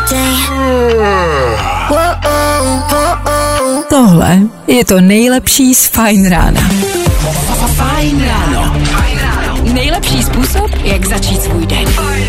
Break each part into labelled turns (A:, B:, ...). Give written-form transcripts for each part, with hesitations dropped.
A: Tohle je to nejlepší z Fajn rána.
B: Fajn ráno. Nejlepší způsob, jak začít svůj den.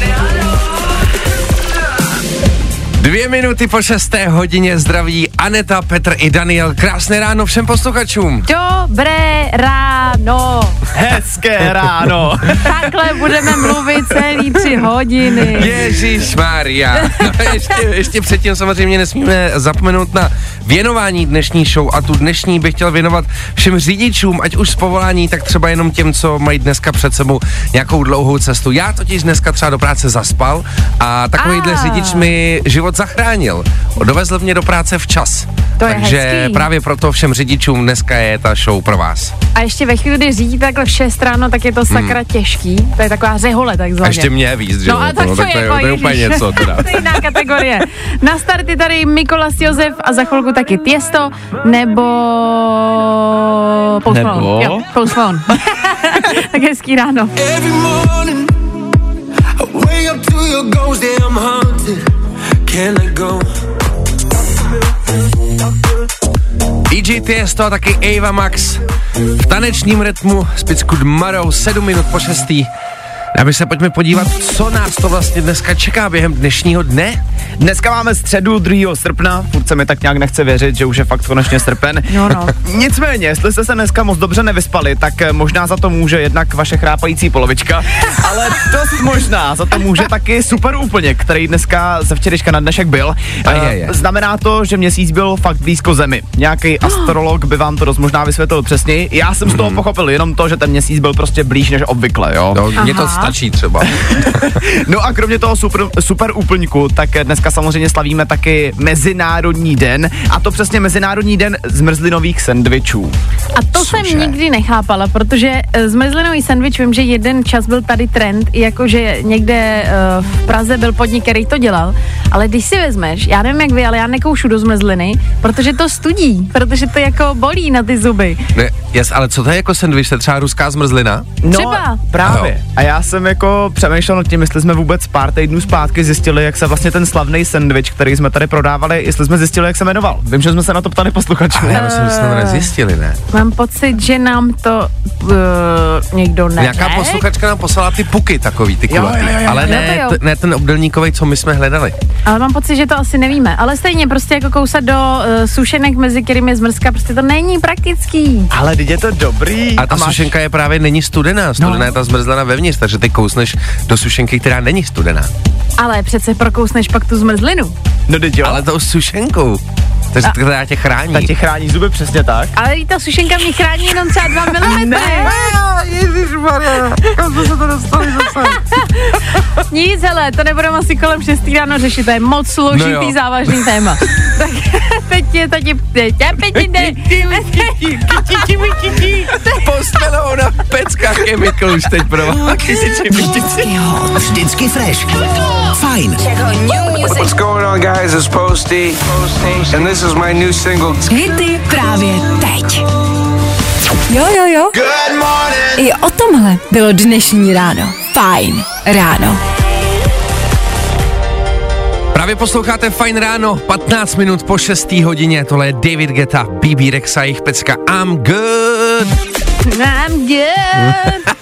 C: 2 minuty po 6. hodině zdraví Aneta, Petr i Daniel. Krásné ráno všem posluchačům.
D: Dobré ráno.
E: Hezké ráno.
D: Takhle budeme mluvit celý 3 hodiny.
C: Ježišmarja. No, ještě předtím samozřejmě nesmíme zapomenout na věnování dnešní show a tu dnešní bych chtěl věnovat všem řidičům, ať už z povolání, tak třeba jenom těm, co mají dneska před sebou nějakou dlouhou cestu. Já totiž dneska třeba do práce zaspal a takovýhle řidič mi život zachránil. Dovezl mě do práce včas. Takže
D: hezký.
C: právě proto všem řidičům dneska je ta show pro vás.
D: A ještě ve chvíli, kdy řídí takhle v 6 ráno, tak je to sakra těžký. To je taková řehole takzvaně.
C: A ještě mě víc, že?
D: No a tak to je
C: to je úplně něco teda.
D: To je jiná kategorie. Na start je tady Mikolas Josef a za chvilku taky Tiesto nebo Post Malone. Jo, Post Malone. Tak hezký ráno.
C: DJ Tiesto a taky Ava Max v tanečním rytmu s Picku Marou 7 minut po 6. A my se pojďme podívat, co nás to vlastně dneska čeká během dnešního dne.
E: Dneska máme středu 2. srpna, furt se mi tak nějak nechce věřit, že už je fakt konečně srpen.
D: No.
E: Nicméně, jestli jste se dneska moc dobře nevyspali, tak možná za to může jednak vaše chrápající polovička, ale dost možná za to může taky super úplněk, který dneska ze včerejška na dnešek byl. Znamená to, že měsíc byl fakt blízko Zemi. Nějaký astrolog by vám to dost možná vysvětlil přesněji. Já jsem z toho pochopil jenom to, že ten měsíc byl prostě blíž než obvykle, jo.
C: No, mně to stačí třeba.
E: No a kromě toho super úplňku, tak dneska samozřejmě slavíme taky Mezinárodní den, a to přesně Mezinárodní den zmrzlinových sendvičů.
D: A to jsem nikdy nechápala, protože zmrzlinový sendvič, vím, že jeden čas byl tady trend, jakože někde v Praze byl podnik, který to dělal, ale když si vezmeš, já nevím jak vy, ale já nekoušu do zmrzliny, protože to studí, protože to jako bolí na ty zuby.
C: Ne, ale co to je jako sendvič, to je třeba ruská zmrzlina?
E: No,
D: třeba.
E: Právě. Aho. A já jsem jako přemýšlel nad tím, jestli jsme vůbec pár týdnů zpátky zjistili, jak se vlastně ten slavný sendvič, který jsme tady prodávali, jestli jsme zjistili, jak se jmenoval. Vím, že jsme se na to ptali posluchačů.
C: Já myslím, že jsme to nezjistili, ne?
D: Mám pocit, že nám to někdo neřekl.
C: Nějaká posluchačka nám poslala ty puky takový, ty kulatý. Ale ne ten obdelníkovej, co my jsme hledali.
D: Ale mám pocit, že to asi nevíme. Ale stejně prostě jako kousat do sušenek, mezi kterými je zmrzka, prostě to není praktický.
E: Ale teď je to dobrý.
C: A ta sušenka je právě není studená. Studená je ta zmrzlina vevnitř, takže ty kousneš do sušenky, která není studená.
D: Ale přece prokousneš pak tu zmrzlinu.
E: No teď jo.
C: Ale tou sušenkou. Takže která tě chrání.
E: Ta tě chrání zuby, přesně tak.
D: Ale ta sušenka mě chrání jenom třeba 2 mm.
C: Ježišmarja, kam jsme se to dostali zase?
D: Nic, hele, to nebudeme asi kolem 6 ráno řešit, to je moc složitý, závažný téma. Tak teď
C: Postelou na peckách chemical už teď pro vás.
B: Vždycky fresh. Fajn.
F: What's going on, guys? It's Posty, and this is my new single.
B: Hity právě teď.
A: Jo.
F: Good morning.
A: I o tomhle bylo dnešní ráno. Fajn ráno.
C: Právě posloucháte Fajn ráno, 15 minut po 6. hodině, tohle je David Guetta, BB Rexa, jejich pecka I'm good.
D: I'm good.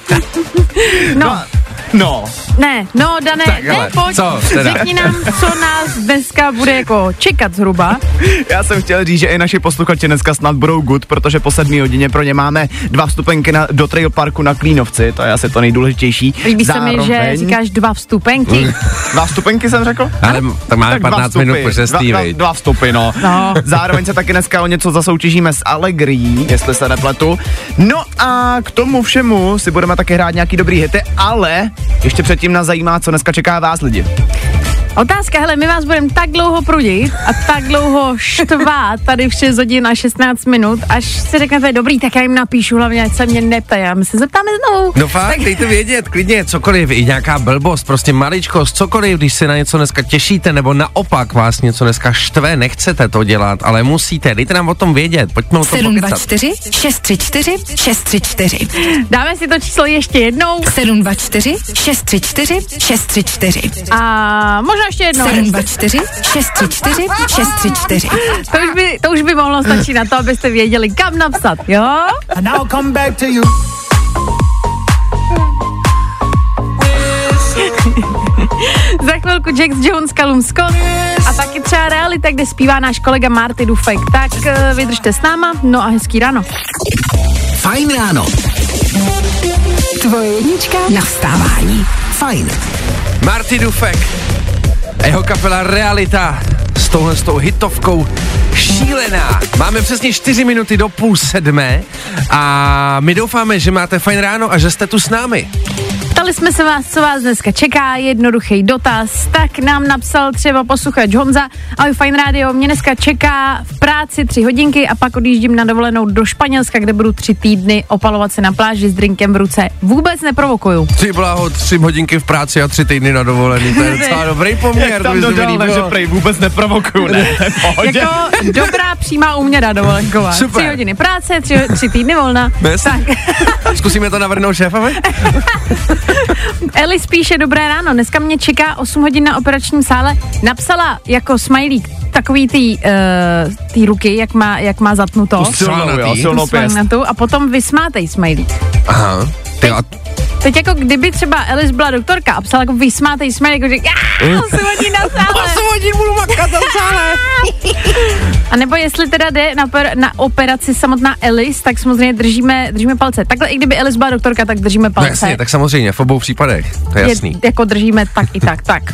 D: No, Dané, pojď, řekni nám, co nás dneska bude jako čekat zhruba.
E: Já jsem chtěl říct, že i naši posluchači dneska snad budou good, protože po 7 hodině pro ně máme 2 vstupenky do Trail Parku na Klínovci, to je asi to nejdůležitější.
D: Líbí se mi, že říkáš 2 vstupenky.
E: 2 vstupenky jsem řekl?
C: Ale tak máme 15 minut po 6.
E: 2 vstupy, no. Zároveň se taky dneska o něco zasoutěžíme s Allegrií, jestli se nepletu. No a k tomu všemu si budeme taky hrát nějaký dobrý hity, ale ještě předtím nás zajímá, co dneska čeká vás lidi.
D: Otázka, hele, my vás budeme tak dlouho prudit a tak dlouho štvát tady v 6 hodin a 16 minut, až si řeknete, dobrý, tak já jim napíšu, hlavně ať se mě neptají a my se zeptáme znovu.
C: No fakt, tak dejte vědět, klidně cokoliv, i nějaká blbost, prostě maličkost, cokoliv, když se na něco dneska těšíte, nebo naopak vás něco dneska štve, nechcete to dělat, ale musíte, dejte nám o tom vědět, pojďme o tom pokecat.
A: 724 634 634.
D: Dáme si to číslo ještě jednou.
A: 724 634 634.
D: A možná ještě jednou.
A: 724 634 634.
D: To už by mohlo stačit na to, abyste věděli, kam napsat, jo?
G: And I'll come back to you.
D: Za chvilku Jax Jones, Callum Scott a taky třeba Realita, kde zpívá náš kolega Marty Dufek. Tak vydržte s náma, no a hezký ráno.
B: Fajn ráno.
A: Tvoje jednička na vstávání.
B: Fajn.
C: Marty Dufek a jeho kapela Realita s tou hitovkou Šílená. Máme přesně 4 minuty do 6:30 a my doufáme, že máte fajn ráno a že jste tu s námi.
D: Ptali jsme se vás, co vás dneska čeká, jednoduchý dotaz, tak nám napsal třeba posluchač Honza: ahoj Fajn rádio, mě dneska čeká v práci 3 hodinky a pak odjíždím na dovolenou do Španělska, kde budu 3 týdny opalovat se na pláži s drinkem v ruce. Vůbec neprovokuju.
C: Ty bláho, 3 hodinky v práci a 3 týdny na dovolený, to je docela dobrý poměr.
E: Jak tam dodal, že prej vůbec neprovokuju, ne?
D: Jako dobrá přímá úměra dovolenková.
C: Super.
D: 3 hodiny práce, 3 týdny volna. Tak.
C: Zkusíme to navrhnout šéfovi?
D: Eli píše: dobré ráno, dneska mě čeká 8 hodin na operačním sále. Napsala jako smajlík takový ty ruky, jak má zatnuto.
E: Silnou pěst.
D: A potom vysmátej smajlík.
C: Aha.
D: Teď jako kdyby třeba Elis byla doktorka a psala jako vysmátej smajlík, jako říká 8 hodin na sále.
C: 8 hodin budu makat na sále.
D: A nebo jestli teda jde na operaci samotná Elis, tak samozřejmě držíme palce. Takhle i kdyby Elis byla doktorka, tak držíme palce.
C: No jasně, tak samozřejmě, v obou případech, to je jasný.
D: Jako držíme tak i tak. Tak.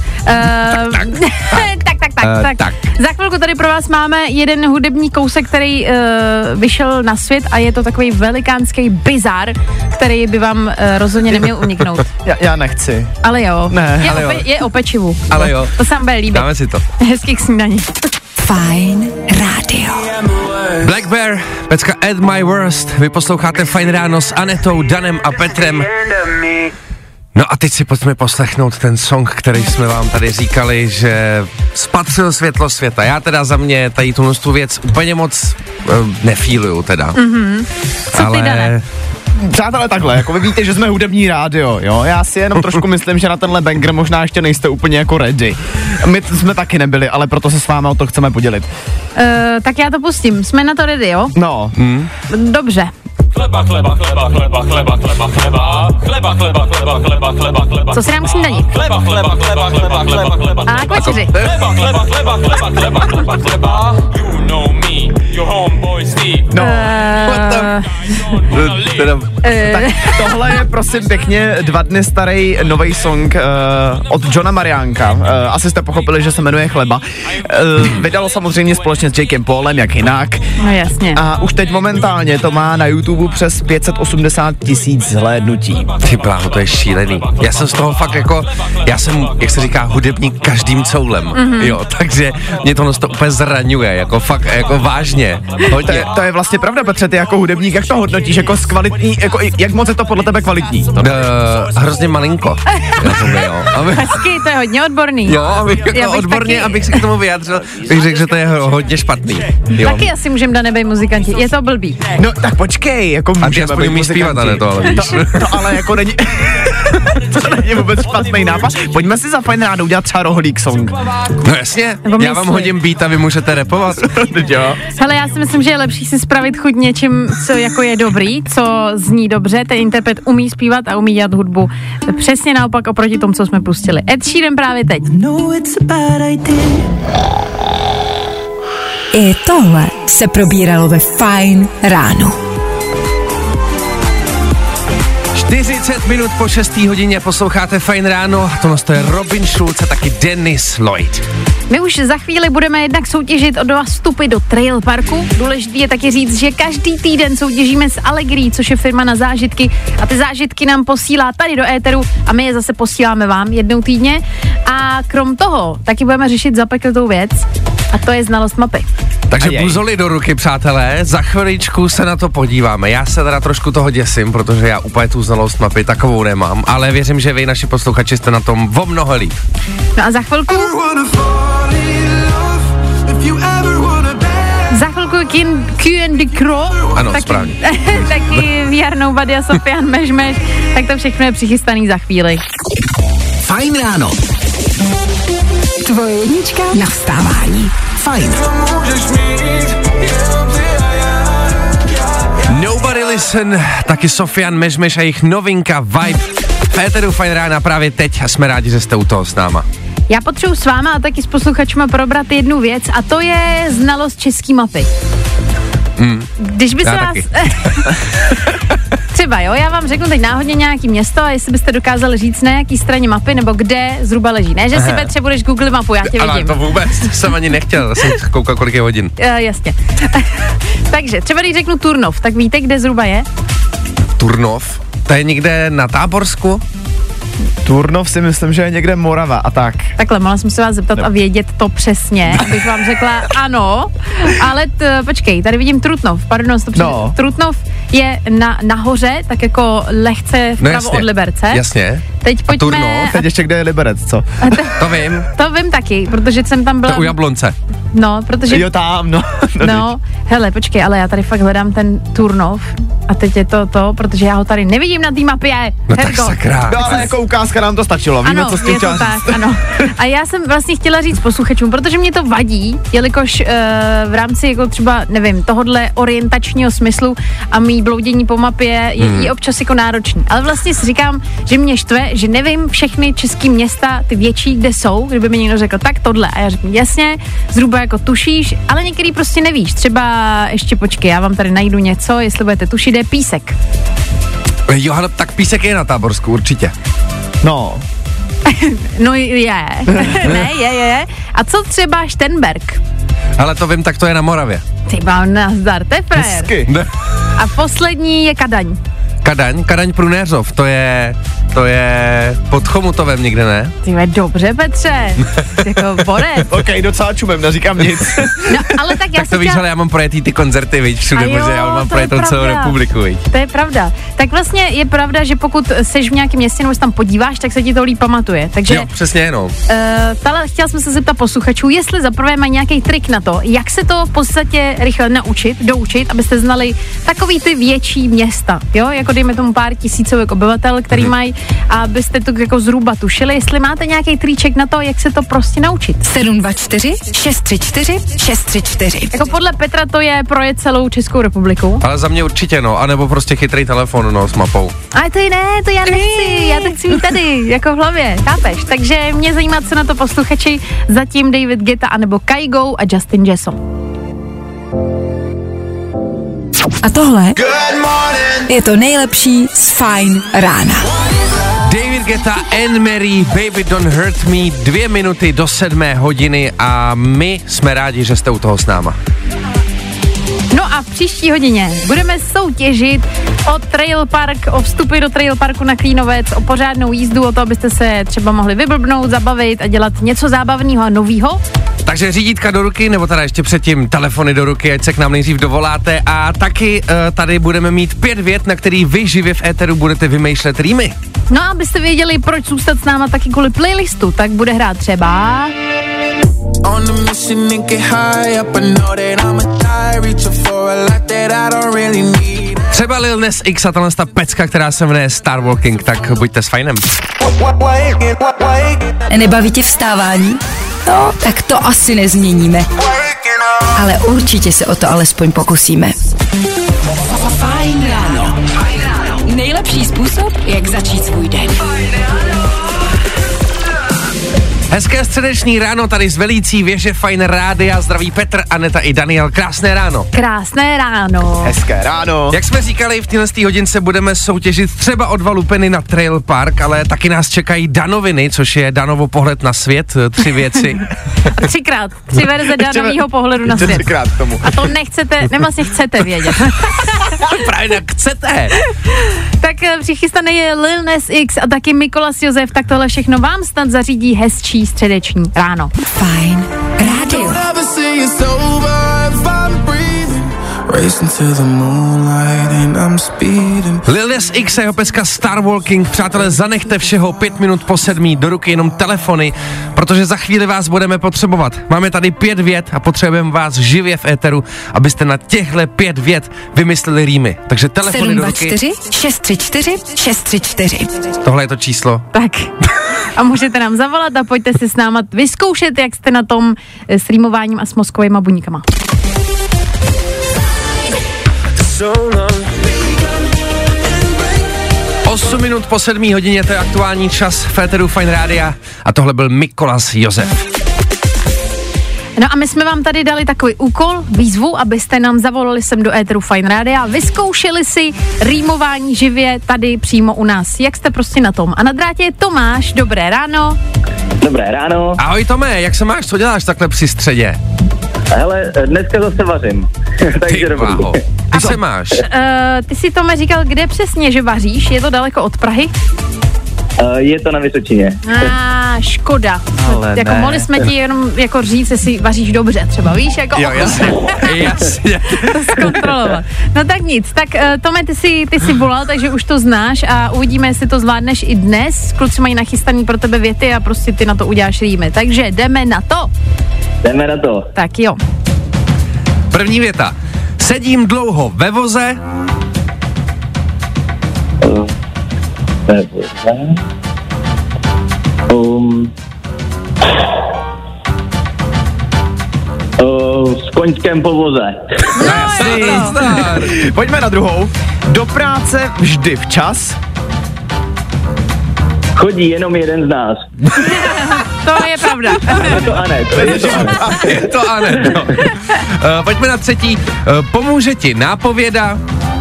D: Za chvilku tady pro vás máme jeden hudební kousek, který vyšel na svět a je to takový velikánský bizar, který by vám rozhodně neměl uniknout.
E: Já nechci.
D: Ale jo.
E: Ne,
D: Je o pečivu.
C: Ale jo.
D: To se vám bude líbit.
C: Dáme si to.
D: Hezký k snídani.
A: Fajn rádio.
C: Black Bear, pecka At My Worst. Vy posloucháte Fajn ráno s Anetou, Danem a Petrem. No a teď si pojďme poslechnout ten song, který jsme vám tady říkali, že spatřil světlo světa. Já teda za mě tady tu věc úplně moc nefíluju teda.
D: Mm-hmm. Co ty, Dane?
E: Přátelé, takhle, jako vy víte, že jsme hudební rádio, jo, já si jenom trošku myslím, že na tenhle banger možná ještě nejste úplně jako ready. My jsme taky nebyli, ale proto se s vámi o to chceme podělit.
D: Tak já to pustím, jsme na to ready, jo?
E: No.
D: Dobře.
H: Chleba.
D: Co si dám k snídani?
H: Chleba.
D: A k večeři.
H: Chleba. You know me, your homeboy Steve.
E: No. Tak tohle je prosím pěkně 2 dny starý nový song od Johna Mariánka. Asi jste pochopili, že se jmenuje Chleba. Vydalo samozřejmě společně s Jakem Paulem, jak jinak.
D: No jasně.
E: A už teď momentálně to má na YouTube přes 580 000 zhlédnutí.
C: Ty bláho, to je šílený. Já jsem z toho fakt jako, já jsem, jak se říká, hudebník každým coulem, jo, takže mě to úplně zraňuje, jako fakt, jako vážně, hodně.
E: To je vlastně pravda, Petře, ty jako hudebník, jak to hodnotíš, jako kvalitní, jako jak moc je to podle tebe kvalitní?
C: Hrozně malinko.
D: Hezky, to je hodně odborný.
C: Jo, odborně,
D: taky...
C: abych se k tomu vyjádřil, bych řekl, že to je hodně špatný. Jo.
D: Taky asi můžeme danebej muzikanti, je to blbý.
E: No tak počkej, jako můžeme
C: aspoň umí zpívat, ale to ale víš.
E: To ale jako není, to není vůbec špatný nápad. Pojďme si za Fajn ráno udělat třeba rohlík song.
C: No jasně, já vám hodím beat a vy můžete rapovat.
E: Jo.
D: Hele, já si myslím, že je lepší si spravit chuť něčím, co jako je dobrý, co zní dobře, ten interpret umí zpívat a umí dělat hudbu. Přesně naopak oproti tomu, co jsme pustili. Ed Sheeran právě teď.
A: I tohle se probíralo ve Fajn ráno.
C: 40 minut po 6. hodině posloucháte Fajn ráno. Tohle je Robin Schulz a taky Dennis Lloyd.
D: My už za chvíli budeme jednak soutěžit o 2 vstupy do Trail Parku. Důležité je taky říct, že každý týden soutěžíme s Allegri, což je firma na zážitky, a ty zážitky nám posílá tady do éteru a my je zase posíláme vám jednou týdně. A krom toho taky budeme řešit zapeklitou věc, a to je znalost mapy.
C: Takže buzoli do ruky, přátelé, za chviličku se na to podíváme. Já se teda trošku toho děsím, protože já úplně tu znalost mapy takovou nemám, ale věřím, že vy, naši posluchači, jste na tom o mnoho líp.
D: No a za chvilku Q&D Crow.
C: Ano, správně.
D: Taky VR Nobody a Sofian Mežmeš, tak to všechno je přichystaný za chvíli.
B: Fajn ráno.
A: Tvoje jednička na vstávání.
C: Fajn. Nobody Listen, taky Sofian Mežmeš a jejich novinka Vibe. V éteru Fajn rána právě teď a jsme rádi, že jste u toho s náma.
D: Já potřebuji s váma a taky s posluchačima probrat jednu věc a to je znalost český mapy. Když by se vás... Třeba jo, já vám řeknu teď náhodně nějaký město a jestli byste dokázali říct na jaký straně mapy nebo kde zhruba leží. Ne, že si Petře budeš Google mapu, já tě vidím.
C: Ale to vůbec, jsem ani nechtěl, jsem koukal, kolik je hodin.
D: Jasně. Takže třeba když řeknu Turnov, tak víte, kde zhruba je?
C: Turnov? To je někde na Táborsku?
E: Turnov si myslím, že je někde Morava a tak.
D: Takhle, mohla jsem se vás zeptat a vědět to přesně, abych vám řekla ano, ale počkej, tady vidím Trutnov, pardon, Trutnov je nahoře, tak jako lehce vpravo od Liberce.
C: Jasně.
D: Teď pojďme...
E: Turnov, teď ještě kde je Liberec, co?
C: To vím.
D: To vím taky, protože jsem tam byla...
C: To u Jablonce.
D: No, protože...
E: Jo, tam, no.
D: No, hele, počkej, ale já tady fakt hledám ten Turnov a teď je to, protože já ho tady nevidím na té mapě.
C: No tak sakra.
E: No, ale jako ukázka nám to stačilo, víme,
D: ano,
E: co s tím chtěla říct.
D: Ano, a já jsem vlastně chtěla říct posluchačům, protože mě to vadí, jelikož v rámci jako třeba, nevím, tohodle orientačního smyslu a mý bloudění po mapě je i občas jako náročný. Ale vlastně si říkám, že mě štve, že nevím všechny český města, ty větší, kde jsou, kdyby mi někdo řekl, tak tohle. A já řeknu, jasně, zhruba jako tušíš, ale některý prostě nevíš. Třeba ještě počkej, já vám tady najdu něco, jestli budete tušit, je Písek.
C: Jo, ale tak Písek je na Táborsku, určitě.
E: No.
D: No je. Ne, je. A co třeba Štenberg?
C: Ale to vím, tak to je na Moravě.
D: Ty mám nazdar, to je frajer. A poslední je Kadaň.
C: Kadaň Prunéřov, to je pod Chomutovem někde, ne?
D: Ty dobře, Petře, jako borec.
E: OK, docela čumem, neříkám nic.
D: No, ale tak já
C: tak to víš, ale já mám projetý ty koncerty, viď, všude, protože já mám projetou celou republiku, viď.
D: To je pravda. Tak vlastně je pravda, že pokud seš v nějakém městě nebo se tam podíváš, tak se ti to líp pamatuje. Takže,
C: jo, přesně, no.
D: Chtěla jsem se zeptat posluchačů, jestli zaprvé mají nějaký trik na to, jak se to v podstatě rychle doučit, abyste znali takový ty větší města, jo, jako dejme tomu pár tisícovek obyvatel, který mají, abyste to jako zhruba tušili, jestli máte nějaký triček na to, jak se to prostě naučit.
A: 724 634 634.
D: Jako podle Petra to je projet celou Českou republiku.
C: Ale za mě určitě, no, anebo prostě chytrý telefon, no, s mapou.
D: Ale to to já nechci, já to chci mít tady, jako v hlavě, chápeš? Takže mě zajímá, co na to posluchači, zatím David Guetta anebo Kygo a Justin Jason.
A: A tohle je to nejlepší z Fajn rána.
C: David Guetta, Anne-Marie, Baby Don't Hurt Me, 2 minuty do 7 hodiny a my jsme rádi, že jste u toho s náma.
D: No a v příští hodině budeme soutěžit o vstupy do Trail Parku na Klínovec, o pořádnou jízdu, o to, abyste se třeba mohli vyblbnout, zabavit a dělat něco zábavného a novýho.
C: Takže řídítka do ruky, nebo teda ještě předtím telefony do ruky, ať se k nám nejdřív dovoláte a taky tady budeme mít 5 vět, na který vy živě v éteru budete vymýšlet rýmy.
D: No a abyste věděli, proč zůstat s náma taky kvůli playlistu, tak bude hrát třeba...
C: Třeba Lil Nas X a tahle pecka, která se jmenuje Star Walking, tak buďte s Fajnem.
A: Nebaví tě vstávání? No, tak to asi nezměníme. Ale určitě se o to alespoň pokusíme.
B: Fajn ráno. Nejlepší způsob, jak začít svůj den.
C: Hezké středeční ráno tady z velící věže Fajn rádia. Zdraví Petr, Aneta i Daniel. Krásné ráno.
D: Krásné ráno.
E: Hezké ráno.
C: Jak jsme říkali, v téhle hodince budeme soutěžit třeba o 2 lupeny na Trail Park, ale taky nás čekají danoviny, což je Danovo pohled na svět, 3 věci.
D: 3x, 3 verze Danovýho pohledu na svět.
E: 3x k tomu.
D: A to nechcete, vlastně chcete vědět.
C: Právě tak chcete.
D: Tak přichystaný je Lil Nas X a taky Mikolas Josef, tak tohle všechno vám snad zařídí hezčí středeční ráno.
A: Fajn rádio.
C: Lil Nas X a jeho peska Star Walking. Přátelé, zanechte všeho 5 minut po 7, do ruky jenom telefony, protože za chvíli vás budeme potřebovat. Máme tady 5 vět a potřebujeme vás živě v éteru, abyste na těchhle 5 vět vymysleli rýmy. Takže telefony do ruky.
A: 724 634 634.
C: Tohle je to číslo.
D: Tak. A můžete nám zavolat a pojďte si s náma vyzkoušet, jak jste na tom s rýmováním a s mozkovýma buňkama.
C: 8 minut po 7 hodině, to je aktuální čas v éteru Fajn Rádia a tohle byl Mikolas Josef.
D: No a my jsme vám tady dali takový úkol, výzvu, abyste nám zavolali sem do éteru Fajn Rádia a vyzkoušeli si rýmování živě tady přímo u nás. Jak jste prostě na tom? A na drátě je Tomáš, dobré ráno.
I: Dobré ráno.
C: Ahoj Tome, jak se máš, co děláš takhle při středě?
I: Hele, dneska zase vařím. Takže
C: bláho. Ty se máš?
D: Ty si, Tome, říkal, kde přesně, že vaříš? Je to daleko od Prahy?
I: Je to na Vysočině.
D: Škoda.
E: Ale
D: jako mohli jsme ti jenom jako říct, jestli vaříš dobře třeba, víš? Jako
C: jo, jasně.
D: To zkontrolovat. No tak nic, tak Tome, ty jsi volal, takže už to znáš a uvidíme, jestli to zvládneš i dnes. Kluci mají nachystaný pro tebe věty a prostě ty na to uděláš rýmy. Takže jdeme na to.
I: Jdeme na to.
D: Tak jo.
C: První věta. Sedím dlouho ve voze.
I: V koňském povoze.
E: Pojďme na druhou. Do práce vždy včas.
I: Chodí jenom jeden z nás.
D: To je pravda.
I: To Anet.
C: To Anet, no. Pojďme na třetí. Pomůže ti nápověda.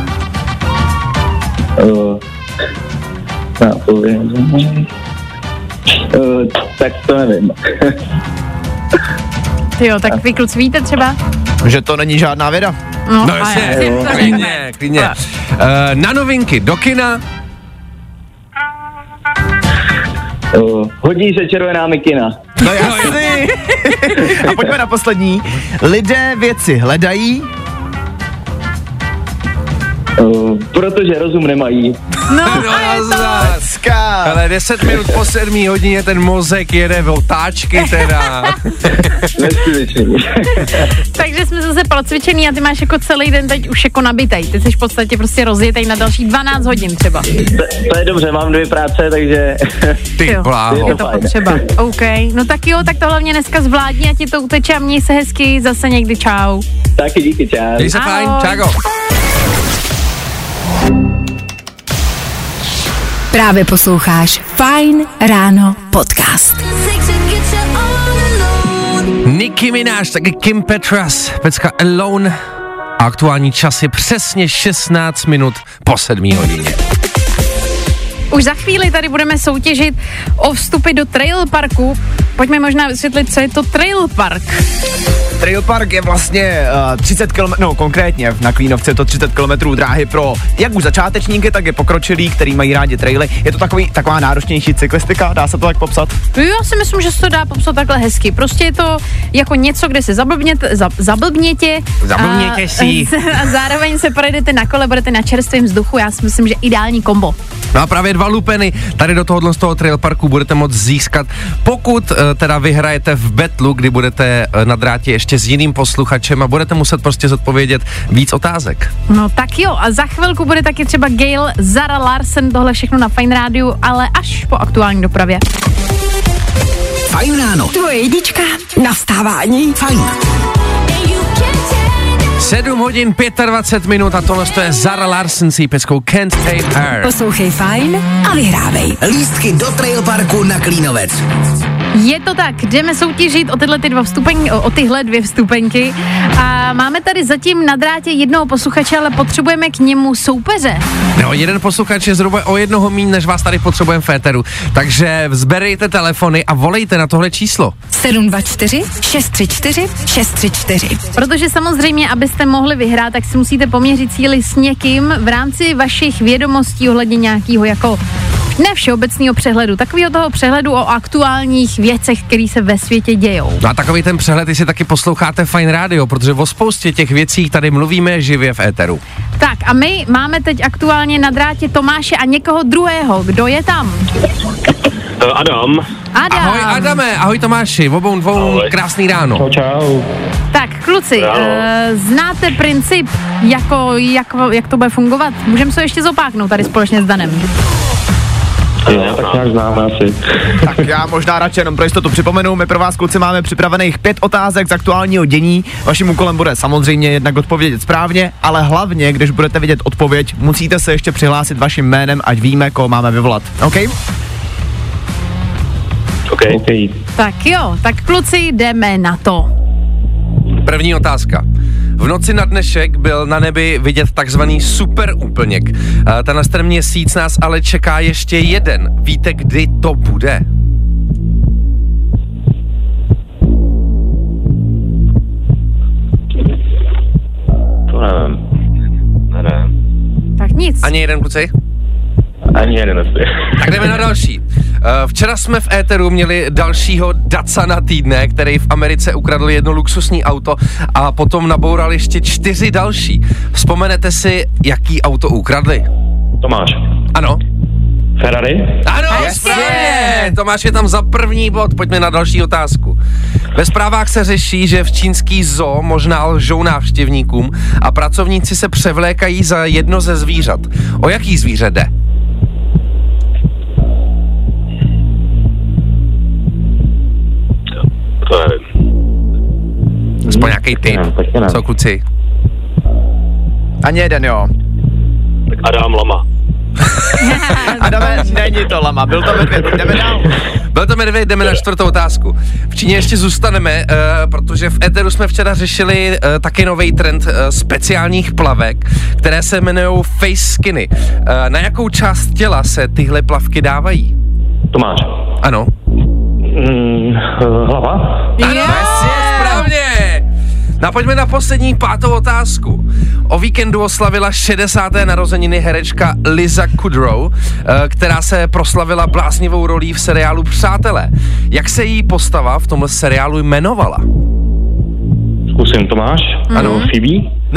I: Tak to nevím.
D: Jo, tak vy kluci víte třeba?
E: Že to není žádná věda.
C: No jasně, klidně. Na novinky do kina.
I: Hodí se červená mikina.
E: No jasný. A pojďme na poslední. Lidé věci hledají.
I: Protože rozum nemají.
D: No a je to.
C: Ale 10 minut po 7 hodině ten mozek jede v otáčky teda.
D: Takže jsme zase procvičený a ty máš jako celý den teď už jako nabitej. Ty jsi v podstatě prostě rozjetej na další 12 hodin třeba.
I: To je dobře, mám 2 práce, takže...
C: Ty bláho.
D: Je to potřeba. OK, no tak jo, tak to hlavně dneska zvládni a ti to uteče a měj se hezky, zase někdy čau.
I: Taky díky, čau.
C: Měj se fajn, čágo.
A: Právě posloucháš Fajn ráno podcast.
C: Nicki Minaj, taky Kim Petras, pecka Alone. A aktuální čas je přesně 16 minut po 7 hodině.
D: Už za chvíli tady budeme soutěžit o vstupy do Trail Parku. Pojďme možná vysvětlit, co je to Trail Park.
E: Trail Park je vlastně 30 km, no konkrétně na Klínovce je to 30 km dráhy pro jak už začátečníky, tak i pokročilí, který mají rádi traily. Je to taková náročnější cyklistika, dá se to tak popsat?
D: Já si myslím, že se to dá popsat takhle hezky. Prostě je to jako něco, kde se zablbnětě
C: si.
D: A zároveň se projedete na kole, budete na čerstvém vzduchu. Já si myslím, že ideální kombo.
C: No a právě 2 lupeny tady do tohohle z toho Trail Parku budete moct získat, pokud teda vyhrajete v betlu, kdy budete na drátě ještě s jiným posluchačem a budete muset prostě zodpovědět víc otázek.
D: No tak jo, a za chvilku bude taky třeba Gayle, Zara Larsen, tohle všechno na Fajn rádiu, ale až po aktuální dopravě.
B: Fajn ráno.
A: Tvoje jednička na vstávání.
B: Fajn.
C: 7 hodin 25 minut a tohle je Zara Larsen s peckou Can't Hate Her.
A: Poslouchej Fajn a vyhrávej.
B: Lístky do Trail Parku na Klínovec.
D: Je to tak, jdeme soutěžit o tyhle 2 vstupenky a máme tady zatím na drátě jednoho posluchače, ale potřebujeme k němu soupeře.
C: No, jeden posluchač je zhruba o jednoho míň, než vás tady potřebujeme v éteru. Takže vzberejte telefony a volejte na tohle číslo.
A: 724 634 634.
D: Protože samozřejmě, abyste mohli vyhrát, tak si musíte poměřit síly s někým v rámci vašich vědomostí ohledně nějakého jako Ne všeobecného přehledu, takového toho přehledu o aktuálních věcech, které se ve světě dějou.
C: No a takový ten přehled, jestli taky posloucháte Fajn rádio, protože o spoustě těch věcí tady mluvíme živě v éteru.
D: Tak a my máme teď aktuálně na drátě Tomáše a někoho druhého. Kdo je tam?
J: Adam.
C: Ahoj Adame, ahoj Tomáši, obou dvou ahoj. Krásný ráno.
J: Čau.
D: Tak kluci, znáte princip, jak to bude fungovat? Můžeme se ještě zopáknout tady společně s Danem.
J: Tak nějak známe asi.
E: Tak já možná radši jenom pro jistotu připomenu, my pro vás kluci máme připravených 5 otázek z aktuálního dění. Vaším úkolem bude samozřejmě jednak odpovědět správně, ale hlavně, když budete vědět odpověď, musíte se ještě přihlásit vaším jménem, ať víme, koho máme vyvolat. OK?
J: OK.
D: Tak jo, tak kluci, jdeme na to.
C: První otázka. V noci na dnešek byl na nebi vidět takzvaný super úplněk. Ten měsíc nás ale čeká ještě jeden. Víte, kdy to bude?
J: To nevím. Ne.
D: Tak nic.
C: Ani jeden, kluci?
J: Ani jeden nespěch.
C: Tak jdeme na další. Včera jsme v éteru měli dalšího Dacana týdne, který v Americe ukradl jedno luxusní auto a potom naboural ještě 4 další. Vzpomenete si, jaký auto ukradli?
J: Tomáš.
C: Ano.
J: Ferrari?
C: Ano, správně! Tomáš je tam za první bod, pojďme na další otázku. Ve zprávách se řeší, že v čínský zoo možná lžou návštěvníkům a pracovníci se převlékají za jedno ze zvířat. O jaký zvíře jde?
J: To nevím.
C: Aspoň nějaký tip. Co, kluci?
E: Ani jeden, jo.
J: Tak Adam lama.
E: Adame, není to lama, byl to medvěd, jdeme dál.
C: Byl to medvěd, jdeme na 4. otázku. V Číně ještě zůstaneme, protože v éteru jsme včera řešili taky nový trend speciálních plavek, které se jmenují face skiny. Na jakou část těla se tyhle plavky dávají?
J: Tomáš.
C: Ano.
J: Hlava?
C: Ano, správně! No a pojďme na poslední 5. otázku. O víkendu oslavila 60. narozeniny herečka Liza Kudrow, která se proslavila bláznivou rolí v seriálu Přátelé. Jak se její postava v tomhle seriálu jmenovala?
J: Zkusím, Tomáš. Ano, Phoebe.
C: No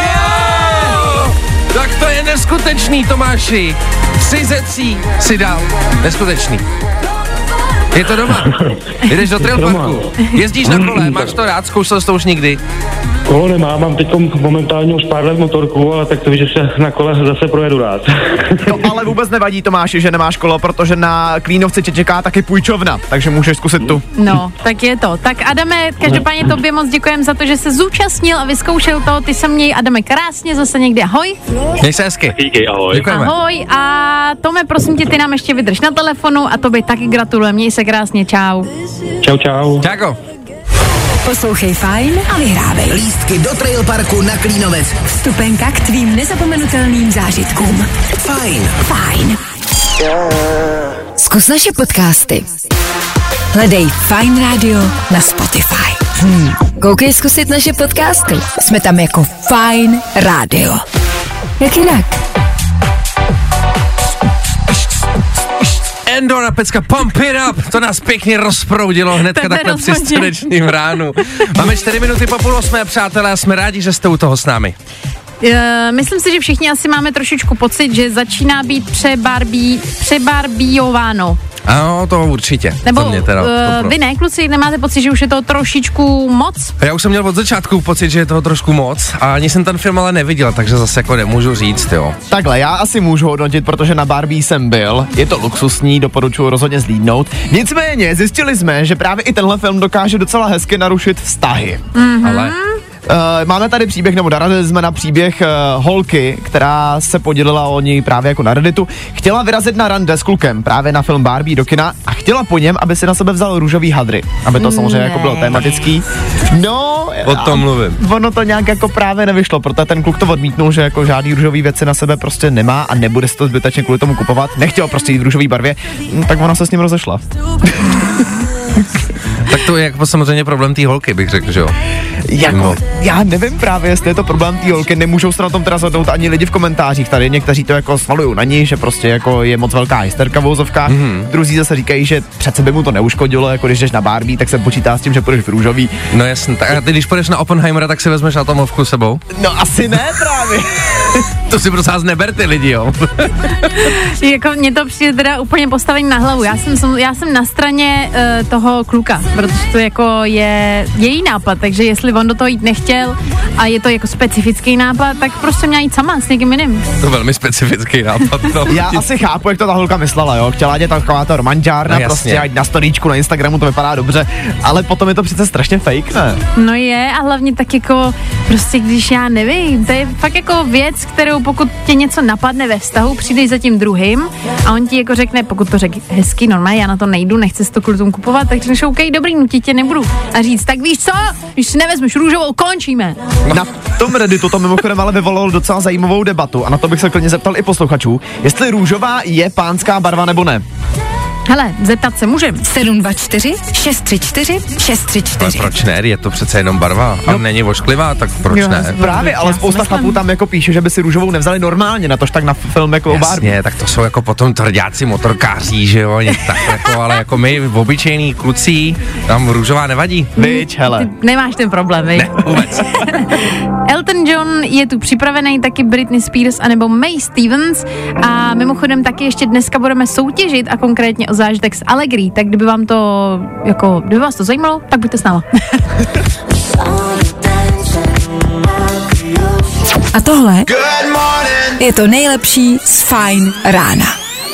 C: tak to je neskutečný, Tomáši. 3 ze 3 si dal. Neskutečný. Je to doma. Jdeš do trailparku. Jezdíš na kole, máš to rád, zkoušel jsi to už někdy?
J: Kolo nemám, mám teď momentálně už pár let motorku, ale tak to víš, že se na kole zase projedu rád.
E: To ale vůbec nevadí, Tomáši, že nemáš kolo, protože na Klínovce tě čeká taky půjčovna, takže můžeš zkusit tu.
D: No, tak je to. Tak Adame, každopádně tobě moc děkujem za to, že se zúčastnil a vyzkoušel to. Ty se měj, Adame, krásně, zase někdy ahoj.
C: Měj se hezky.
J: Díky, ahoj.
C: Děkujeme.
D: Ahoj a Tome, prosím tě, ty nám ještě vydrž na telefonu a tobě taky gratulujem. Měj se krásně, čau.
J: Čau.
C: Čáko.
A: Poslouchej Fajn a vyhrávej
K: lístky do trailparku na Klínovec.
A: vstupenka k tvým nezapomenutelným zážitkům. Fajn. Zkus naše podcasty. Hledej Fajn Radio na Spotify. Koukej zkusit naše podcasty. Jsme tam jako Fajn Radio. Jak jinak?
C: Endora pecka, pump it up, to nás pěkně rozproudilo hnedka takhle při středečním ránu. Máme 4 minuty po 7:30, přátelé, a jsme rádi, že jste u toho s námi.
D: Myslím si, že všichni asi máme trošičku pocit, že začíná být přebarbíjováno.
C: Ano, to určitě.
D: Nebo
C: mě teda,
D: vy ne, kluci, nemáte pocit, že už je to trošičku moc?
C: Já už jsem měl od začátku pocit, že je toho trošku moc a ani jsem ten film ale neviděl, takže zase jako nemůžu říct, jo.
E: Takhle, já asi můžu hodnotit, protože na Barbie jsem byl, je to luxusní, doporučuji rozhodně zhlídnout. Nicméně zjistili jsme, že právě i tenhle film dokáže docela hezky narušit vztahy.
C: Ale...
E: Máme tady příběh, nebo narazili jsme na příběh holky, která se podělila o ní právě jako na Redditu. Chtěla vyrazit na rande s klukem právě na film Barbie do kina a chtěla po něm, aby si na sebe vzal růžový hadry, aby to samozřejmě jako bylo tematický. No,
C: o tom mluvím.
E: Ono to nějak jako právě nevyšlo, protože ten kluk to odmítnul, že jako žádný růžový věci na sebe prostě nemá a nebude si to zbytečně kvůli tomu kupovat. Nechtěl prostě jít v růžový barvě, tak ona se s ním rozešla.
C: Tak to je jako samozřejmě problém té holky, bych řekl, že jo.
E: Jako, já nevím právě, jestli je to problém té holky, nemůžou se na tom teda shodnout ani lidi v komentářích, tady někteří to jako svalují na ní, že prostě jako je moc velká hysterka v uvozovkách, druzí zase říkají, že přece by mu to neuškodilo, jako když jdeš na Barbie, tak se počítá s tím, že půjdeš v růžový.
C: No jasně, tak a ty když půjdeš na Oppenheimera, tak si vezmeš atomovku sebou?
E: No asi ne právě.
C: To si prosím vás neber ty lidi, jo.
D: Jako mně to přijde teda úplně postavení na hlavu. Já jsem na straně toho kluka, protože to jako je její nápad, takže jestli on do toho jít nechtěl a je to jako specifický nápad, tak prostě měla jít sama s někým jiným.
C: To velmi specifický nápad. No.
E: Já asi chápu, jak to ta holka myslela, jo. Chtěla dělat taková ta romanťárna, no, prostě ať na storíčku na Instagramu to vypadá dobře, ale potom je to přece strašně fake, ne?
D: No je a hlavně tak jako prostě když já nevím, to je fakt jako věc, kterou pokud tě něco napadne ve vztahu, přijdeš za tím druhým a on ti jako řekne, pokud to řekne hezky, normálně, já na to nejdu, nechci si to kvůli tomu kupovat, tak řekneš, OK, dobrý, nutit tě nebudu. A říct, tak víš co, když si nevezmeš růžovou, končíme.
E: No. Na tom Redditu to mimochodem ale vyvolalo docela zajímavou debatu a na to bych se klidně zeptal i posluchačů, jestli růžová je pánská barva nebo ne.
D: Hele, zeptat se můžem.
A: 724 634 634.
C: Ale proč ne? Je to přece jenom barva a není vošklivá, tak proč ne?
E: Právě, ale spousta chlapů tam jako píše, že by si růžovou nevzali normálně, natož tak na film jako o Barbie.
C: Jasně, tak to jsou jako potom tvrďáci motorkáři, že jo, tak jako, ale jako my obyčejní kluci, tam růžová nevadí.
E: Viď, hele.
D: Ty nemáš ten problém, viď?
C: Ne, vůbec.
D: Elton John je tu připravený, taky Britney Spears anebo May Stevens a mimochodem taky ještě dneska budeme soutěžit a konkrétně o zážitek z Allegri, tak kdyby vás to zajímalo, tak buďte s náma.
A: A tohle je to nejlepší z Fajn rána.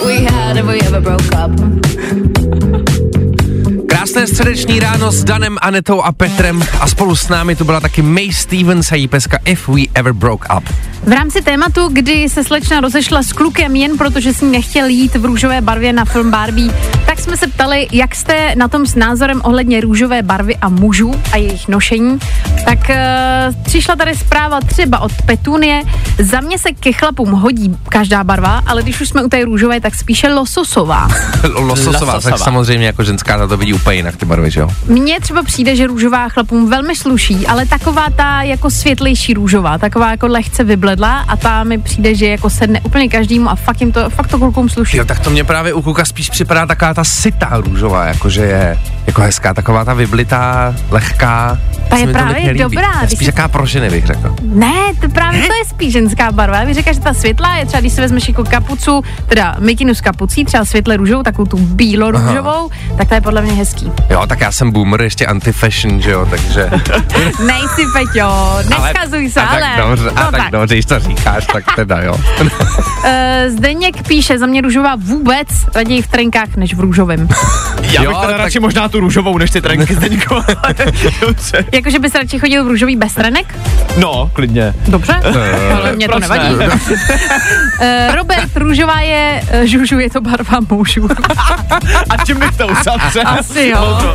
C: Krásné středeční ráno s Danem, Anetou a Petrem a spolu s námi tu byla taky May Stevens a její peska If We Ever Broke Up.
D: V rámci tématu, kdy se slečna rozešla s klukem jen protože s ní nechtěl jít v růžové barvě na film Barbie, tak jsme se ptali, jak jste na tom s názorem ohledně růžové barvy a mužů a jejich nošení. Tak přišla tady zpráva třeba od Petunie. Za mě se ke chlapům hodí každá barva, ale když už jsme u té růžové, tak spíše lososová.
C: Lososová, tak samozřejmě jako ženská na to vidí úplně jinak ty barvy, že jo?
D: Mně třeba přijde, že růžová chlapům velmi sluší, ale taková ta jako světlejší růžová, taková jako lehce vybledlá a ta mi přijde, že jako sedne úplně každému a fakt to klukům sluší.
C: Jo, tak to mě právě u kluka spíš připadá taková ta sytá růžová, jakože je jako hezká, taková ta vyblitá, lehká.
D: Ta je právě dobrá.
C: Je spíš taková pro ženy, bych řekl.
D: Ne, to je spíš ženská barva. Já bych řekla, že ta světlá je třeba, když si vezmeš jako kapucu, teda mikinu s kapucí, třeba světle růžovou, takovou tu bílo růžovou, tak to je podle mě hezký.
C: Jo, tak já jsem boomer, ještě anti-fashion, že jo, takže...
D: Nejsi, Peťo, neskazuj se, ale...
C: Tak dobře, když to říkáš, tak teda jo.
D: Zdeněk píše, za mě růžová vůbec, raději v trenkách, než v růžovém.
E: Já bych teda radši možná tu růžovou, než ty trenky, Zdeňko.
D: Jakože bys radši chodil v růžový bez trenek?
E: No, klidně.
D: Dobře, ale mě to nevadí. Robert, růžová je, žužu, je to barva mužů.
E: A čím bych to uzavřel?
D: Asi jo.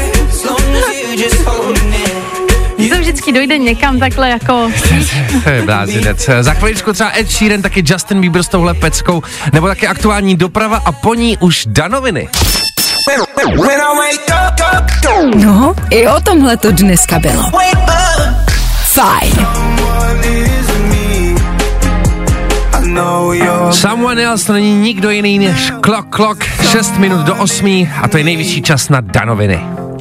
D: To vždycky dojde někam takhle jako...
C: Blázinec. Za chviličku třeba Ed Sheeran, taky Justin Bieber s touhle peckou, nebo taky aktuální doprava a po ní už danoviny.
A: No, i o tomhle to dneska bylo. Fajn.
C: Someone else, to není nikdo jiný než Clock, 6 minut do 8 a to je nejvyšší čas na danoviny.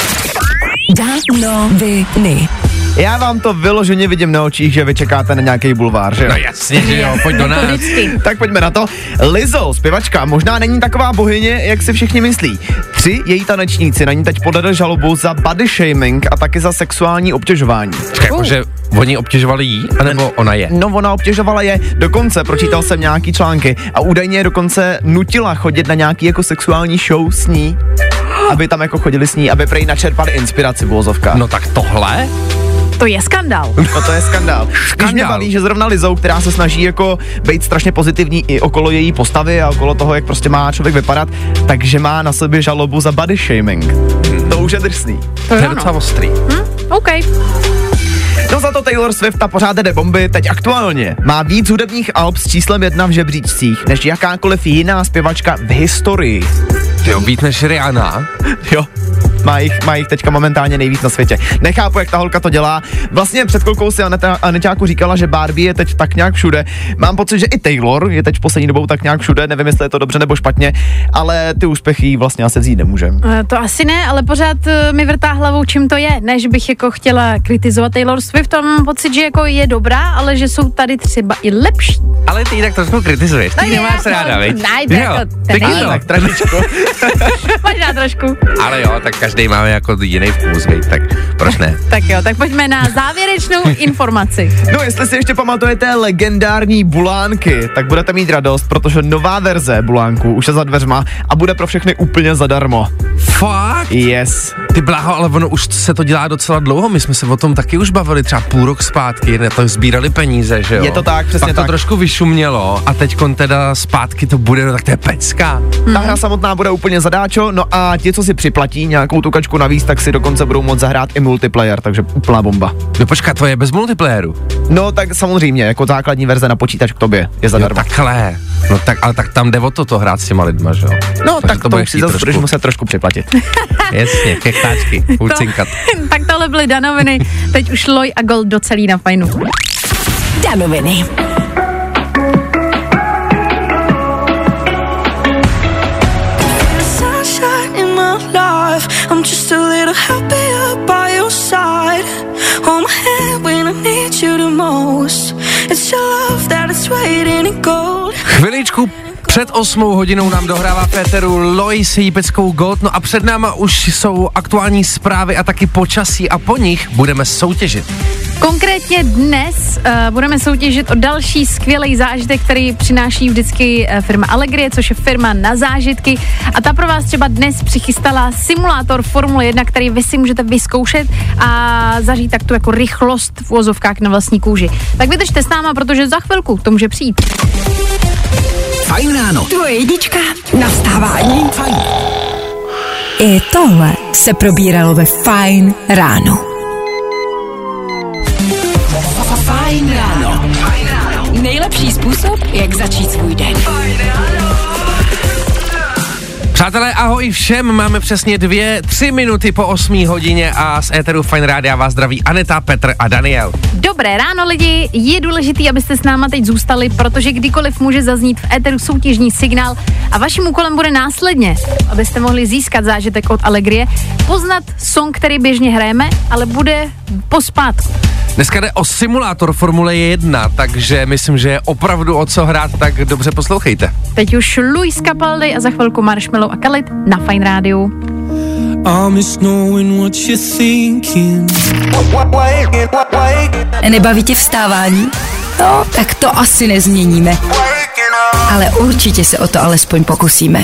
A: Danoviny.
E: Já vám to vyloženě vidím na očích, že vy čekáte na nějaký bulvár, že jo?
C: No jasně, že jo, pojď do nás.
E: Tak pojďme na to. Lizzo, zpěvačka, možná není taková bohyně, jak si všichni myslí. 3 její tanečníci na ní teď podali žalobu za body shaming a taky za sexuální obtěžování.
C: Jakože oni obtěžovali jí, anebo ona je?
E: No, ona obtěžovala je, dokonce pročítal jsem nějaký články a údajně je dokonce nutila chodit na nějaký jako sexuální show s ní, aby tam jako chodili s ní, aby prej načerpali inspiraci v uvozovkách.
C: No tak tohle?
D: To je skandál.
E: No to je skandál. Když mě baví, že zrovna Lizou, která se snaží jako být strašně pozitivní i okolo její postavy a okolo toho, jak prostě má člověk vypadat, takže má na sobě žalobu za body shaming. To už je drsný.
C: To je docela ostrý.
D: OK.
E: No za to Taylor Swift a pořád jde bomby teď aktuálně. Má víc hudebních alb s číslem 1 v žebříčcích, než jakákoliv jiná zpěvačka v historii.
C: Jo, víc než Rihanna.
E: Jo. má jich teďka momentálně nejvíc na světě. Nechápu, jak ta holka to dělá. Vlastně před chvilkou si Aneťáku říkala, že Barbie je teď tak nějak všude. Mám pocit, že i Taylor je teď v poslední dobou tak nějak všude, nevím, jestli je to dobře nebo špatně, ale ty úspěchy vlastně asi vzít nemůžem.
D: To asi ne, ale pořád mi vrtá hlavou, čím to je. Ne, že bych jako chtěla kritizovat Taylor Swift, mám pocit, že jako je dobrá, ale že jsou tady třeba i lepší.
C: Ale ty ji tak trošku kritizuješ, ty nemáš ráda, viď?
E: Tak trošičku.
D: Možná trošku.
C: Ale jo, tak každý máme jako jiný vkus, viď? Tak proč ne?
D: Tak jo, tak pojďme na závěrečnou informaci.
E: No, jestli si ještě pamatujete legendární Bulánky, tak budete mít radost, protože nová verze Bulánku už je za dveřma a bude pro všechny úplně zadarmo.
C: Fakt?
E: Yes.
C: Ty bláho, ale ono už se to dělá docela dlouho, my jsme se o tom taky už bavili třeba půl rok zpátky, na to sbírali peníze, že jo?
E: Je to tak, přesně
C: pak
E: tak.
C: to trošku vyšumělo a teďkon teda zpátky to bude, no tak to je pecka.
E: Ta hra samotná bude úplně zadáčo, no a ti, co si připlatí nějakou tu kačku navíc, tak si dokonce budou moct zahrát i multiplayer, takže úplná bomba.
C: No počkat, to je bez multiplayeru?
E: No tak samozřejmě, jako základní verze na počítač k tobě je zadarmo.
C: Jo, takhle. No tak, ale tak tam jde o to hrát s těma lidma, že jo?
E: No tak to už si zase budeš muset trošku připlatit.
C: Jasně, kechtáčky, cinkat.
D: Tak tohle byly danoviny, teď už Loj a Gold docelí na fajnu.
A: Danoviny.
L: I'm just a little happier by your side. Hold my hand when I need you the most. It's your love that is waiting in gold.
C: Chviličku před 8 hodinou nám dohrává v éteru Loj s její peckou Gold, no a před náma už jsou aktuální zprávy a taky počasí a po nich budeme soutěžit.
D: Konkrétně dnes budeme soutěžit o další skvělý zážitek, který přináší vždycky firma Allegrie, což je firma na zážitky. A ta pro vás třeba dnes přichystala simulátor Formule 1, který vy si můžete vyzkoušet a zažít tak tu jako rychlost v uvozovkách na vlastní kůži. Tak vydržte s náma, protože za chvilku to může přijít.
K: Fajn ráno.
A: Tvoje jednička na vstávání. Fajn. I tohle se probíralo ve Fajn ráno.
B: Fajn ráno. Nejlepší způsob, jak začít svůj den.
C: Přátelé, ahoj všem, máme přesně 2-3 minuty po 8 hodině a z éteru Fajn rádia vás zdraví Aneta, Petr a Daniel.
D: Dobré ráno lidi, je důležitý, abyste s náma teď zůstali, protože kdykoliv může zaznít v éteru soutěžní signál a vaším úkolem bude následně, abyste mohli získat zážitek od Allegrie, poznat song, který běžně hrajeme, ale bude pospátku.
C: Dneska jde o simulátor Formule 1, takže myslím, že je opravdu o co hrát, tak dobře poslouchejte.
D: Teď už Luis Capaldi a za chvilku Marshmello a Khalid na Fajn rádiu.
A: Nebaví tě vstávání? No, tak to asi nezměníme. Ale určitě se o to alespoň pokusíme.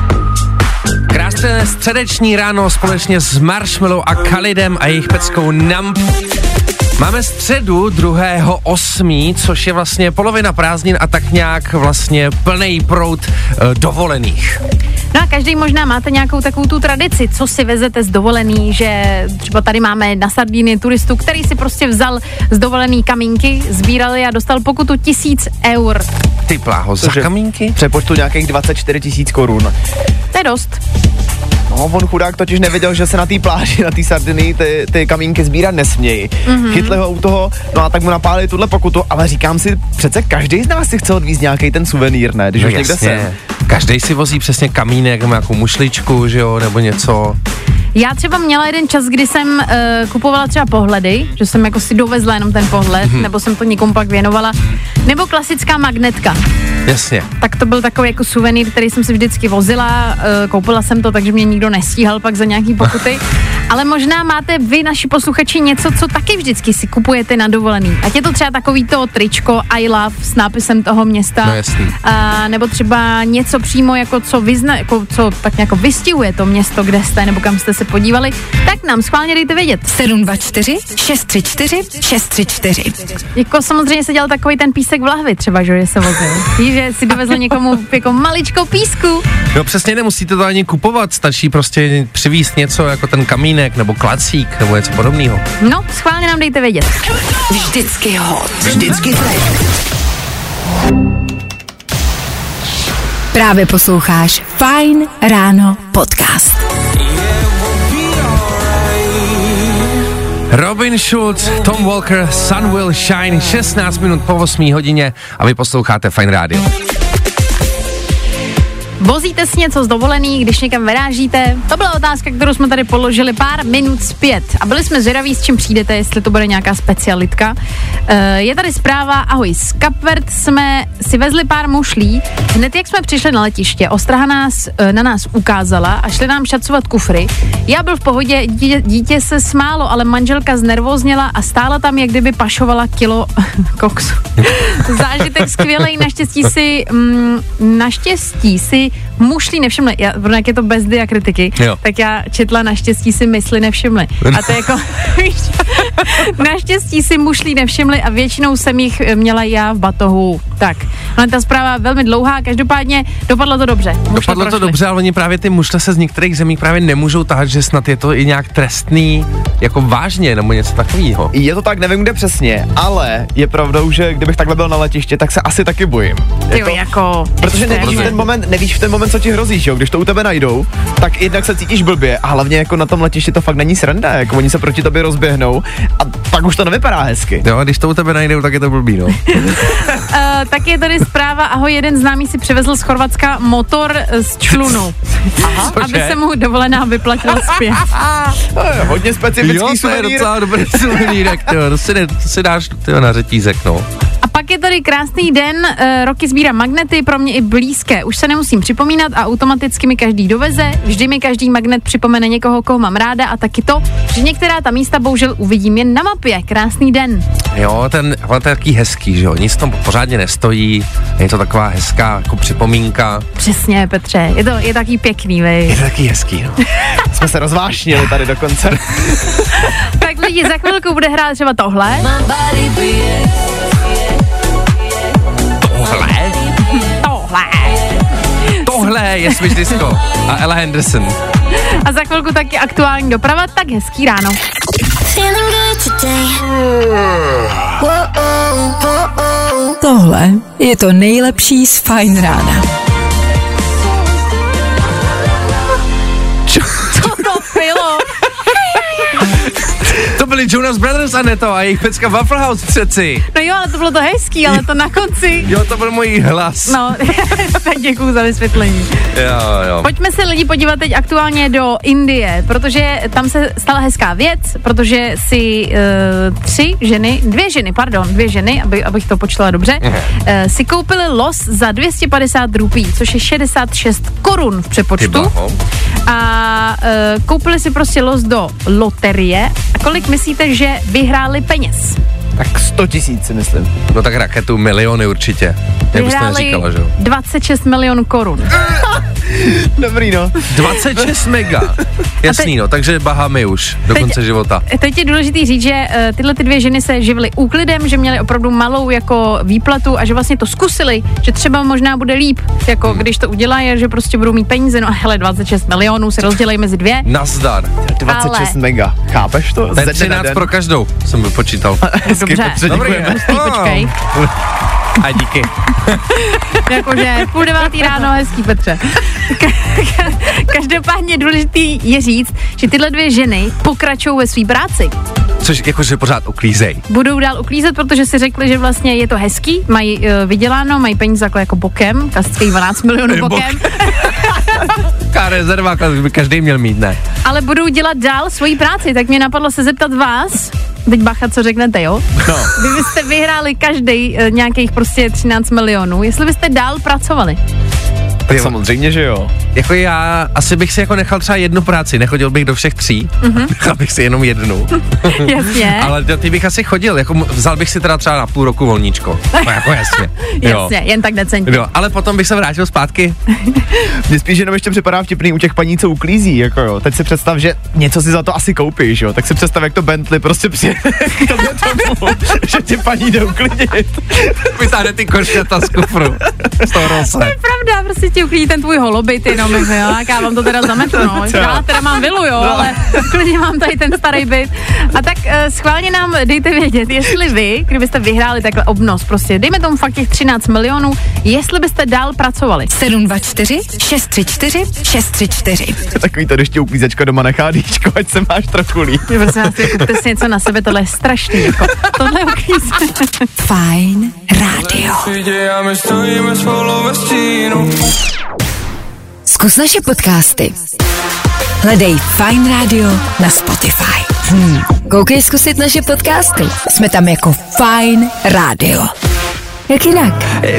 C: Krásné středeční ráno společně s Marshmello a Khalidem a jejich peckou Numb. Máme středu 2.8., což je vlastně polovina prázdnin a tak nějak vlastně plný proud dovolených.
D: No a každý možná máte nějakou takovou tu tradici, co si vezete z dovolený, že třeba tady máme na Sardíny turistu, který si prostě vzal z dovolený kamínky, sbírali a dostal pokutu 1000 eur.
C: Ty pláho, za kamínky?
E: Přepočtu nějakých 24 000 korun.
D: To je dost.
E: No, on chudák totiž nevěděl, že se na té pláži, na té Sardiny ty kamínky sbírat nesmějí. Mm-hmm. Chytli ho u toho, no a tak mu napálili tuhle pokutu, ale říkám si, přece každý z nás si chce odvízt nějaký ten suvenýr, ne? Když
C: no
E: už někde jsem.
C: Každý si vozí přesně kamínek, nějakou mušličku, že jo, nebo něco.
D: Já třeba měla jeden čas, kdy jsem kupovala třeba pohledy, že jsem jako si dovezla jenom ten pohled, nebo jsem to někomu pak věnovala, nebo klasická magnetka.
C: Jasně.
D: Tak to byl takový jako suvenýr, který jsem si vždycky vozila, koupila jsem to, takže mě nikdo nestíhal pak za nějaký pokuty. Ale možná máte vy, naši posluchači, něco, co taky vždycky si kupujete na dovolený. Ať je to třeba takový to tričko I love s nápisem toho města.
C: No jasný.
D: Nebo třeba něco přímo jako co tak nějak vystihuje to město, kde jste, nebo kam jste se podívali, tak nám schválně dejte vědět.
A: 724 634 634.
D: Jako samozřejmě se dělal takový ten písek v lahvi třeba, že se vozil. Víš, že si dovezl někomu jako maličkou písku.
C: No přesně, nemusíte to ani kupovat, stačí prostě přivízt něco jako ten kamínek nebo klacík nebo něco podobného.
D: No, schválně nám dejte vědět.
A: Vždycky hot.
K: Vždycky fresh.
A: Právě posloucháš Fajn ráno podcast.
C: Robin Schulz, Tom Walker, Sun Will Shine, 16 minut po 8 hodině a vy posloucháte Fajn rádio.
D: Vozíte si něco z dovolený, když někam vyrážíte? To byla otázka, kterou jsme tady položili pár minut zpět a byli jsme zvědaví, s čím přijdete, jestli to bude nějaká specialitka. Je tady zpráva, ahoj, z Kapvert jsme si vezli pár mušlí, hned jak jsme přišli na letiště, ostraha na nás ukázala a šli nám šacovat kufry. Já byl v pohodě, dítě se smálo, ale manželka znervózněla a stála tam, jak kdyby pašovala kilo koksu. Zážitek skvělej, naštěstí si mušlí nevšimli, jak je to bez diakritiky, tak já četla naštěstí si mysli nevšimli. A to je jako, naštěstí si mušlí nevšimli a většinou jsem jich měla já v batohu. Tak, ale ta zpráva je velmi dlouhá, každopádně dopadlo to dobře.
C: Dopadlo to dobře, ale oni právě ty mušle se z některých zemí právě nemůžou tahat, že snad je to i nějak trestný, jako vážně, nebo něco takového.
E: Je to tak, nevím kde přesně, ale je pravdou, že kdybych takhle byl na letiště, tak se asi taky bojím. Protože nevíš v ten moment, co ti hrozí, jo? Když to u tebe najdou, tak jednak se cítíš blbě a hlavně jako na tom letišti to fakt není sranda, jako oni se proti tobě rozběhnou a pak už to nevypadá hezky.
C: Jo, když to u tebe najdou, tak je to blbý, no.
D: Tak je tady zpráva, ahoj, jeden známý si přivezl z Chorvatska motor z člunu. Aha, aby se mu dovolená vyplatila zpět.
E: Hodně specifický suvenír.
C: To je docela dobrý suvenír, to si dáš na řetízek, no.
D: A pak je tady krásný den, roky sbírám magnety, pro mě i blízké. Už se nemusím připomínat a automaticky mi každý doveze. Vždy mi každý magnet připomene někoho, koho mám ráda a taky to, že některá ta místa bohužel uvidím jen na mapě. Krásný den.
C: Jo, to je taky hezký, že jo, nic tam pořádně nestojí, je to taková hezká jako připomínka.
D: Přesně, Petře, je taky pěkný, vej.
C: Je to taky hezký, no.
E: Jsme se rozvášnili tady dokonce.
D: Tak lidi, za chvilku bude hrát třeba tohle.
C: Tohle je Switch Disco a Ella Henderson.
D: A za chvilku taky aktuální doprava, tak hezký ráno.
A: Tohle je to nejlepší z Fajn rána.
D: Co to bylo?
C: To byli Jonas Brothers a ne to a jejich pecka Waffle House přeci.
D: No jo, ale to bylo to hezký, ale to na konci.
C: Jo, to byl můj hlas.
D: No, tak děkuju za vysvětlení.
C: Jo.
D: Pojďme se lidi podívat teď aktuálně do Indie, protože tam se stala hezká věc, protože si dvě ženy, abych to počítala dobře, si koupili los za 250 rupí, což je 66 korun v přepočtu. A koupili si prostě los do loterie. A kolik myslíte, že vyhráli peněz?
E: Tak 100 000 si myslím.
C: No tak raketu, miliony určitě. Jak bys to neříkala, že jo?
D: 26 milionů korun.
E: Dobrý, no.
C: 26 mega. Jasný, no, takže Bahamy už do konce života.
D: Teď je důležitý říct, že tyhle ty dvě ženy se živily úklidem, že měly opravdu malou jako výplatu a že vlastně to zkusili, že třeba možná bude líp, jako když to udělají, že prostě budou mít peníze, no a hele, 26 milionů se rozdělej mezi dvě.
C: Nazdar.
E: 26 mega. Chápeš to?
C: To je 13 pro každou, jsem vypočítal.
D: Dobře. Počkej.
C: A díky.
D: Jakože 8:30 ráno, hezký, Petře. Každopádně důležitý je říct, že tyhle dvě ženy pokračují ve své práci.
C: Což jakože pořád uklízej.
D: Budou dál uklízet, protože si řekli, že vlastně je to hezký, mají vyděláno, mají peníze jako bokem, klasických 12 milionů bokem.
C: Taká rezerva, by každý měl mít, ne?
D: Ale budou dělat dál svoji práci, tak mě napadlo se zeptat vás, teď bacha, co řeknete, jo?
C: No.
D: Kdybyste vyhráli každý nějakých prostě 13 milionů, jestli byste dál pracovali?
E: Tak samozřejmě, že jo.
C: Jako já asi bych si jako nechal třeba jednu práci, nechodil bych do všech tří, nechal bych si jenom jednu.
D: Jasně.
C: Ale do ty bych asi chodil, jako vzal bych si teda třeba na půl roku volníčko. No jako jasně.
D: Jasně, jen tak decentně.
C: Jo, ale potom bych se vrátil zpátky.
E: Mně spíš jenom ještě připadá vtipný u těch paní, co uklízí, jako jo. Teď si představ, že něco si za to asi koupíš, jo. Tak si představ, jak to Bentley prostě přijede k tomu, že ti paní jde uklidit.
C: Vytáhne ty košťata z kufru. Z toho rose.
D: To je pravda, prostě ti uklidí ten tvůj holobit jenom, jo, jak já vám to teda zametu, no. Já teda mám vilu, jo, ale klidně mám tady ten starý byt. A tak schválně nám dejte vědět, jestli vy, kdybyste vyhráli takhle obnos, prostě dejme tomu fakt těch 13 milionů, jestli byste dál pracovali.
A: 724 634 634.
E: Takový to, když ti uklízečka doma nechá dýčko, ať se máš trochu líp.
D: Prosím vás, kupte si něco na sebe, tohle je strašný, jako tohle uklízí.
A: Fajn rádio. Zkus naše podcasty. Hledej Fajn rádio na Spotify. Koukej zkusit naše podcasty. Jsme tam jako Fajn rádio. Jak jinak?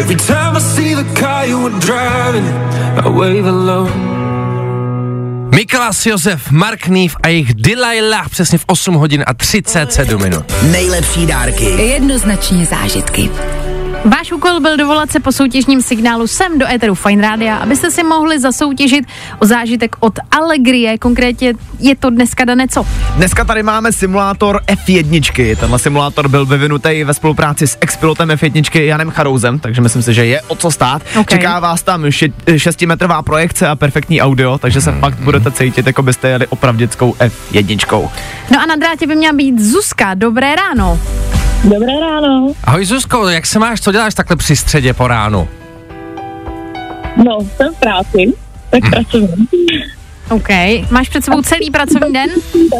C: Mikolas Josef, Mark Neve a jejich Delilah přesně v 8 hodin a 37 minut.
K: Nejlepší dárky.
A: Jednoznačně zážitky.
D: Váš úkol byl dovolat se po soutěžním signálu sem do éteru Fajn rádia, abyste si mohli zasoutěžit o zážitek od Allegrie. Konkrétně je to dneska dané co?
E: Dneska tady máme simulátor F1. Tenhle simulátor byl vyvinutý ve spolupráci s ex-pilotem F1 Janem Charouzem, takže myslím si, že je o co stát. Okay. Čeká vás tam 6metrová projekce a perfektní audio, takže se fakt budete cítit, jako byste jeli opravdickou F1.
D: No a na drátě by měla být Zuzka. Dobré ráno.
M: Dobré ráno.
C: Ahoj Zuzko, jak se máš, co děláš takhle při středě po ránu?
M: No, jsem v práci, tak pracuji.
D: OK, máš před sebou celý pracovní den?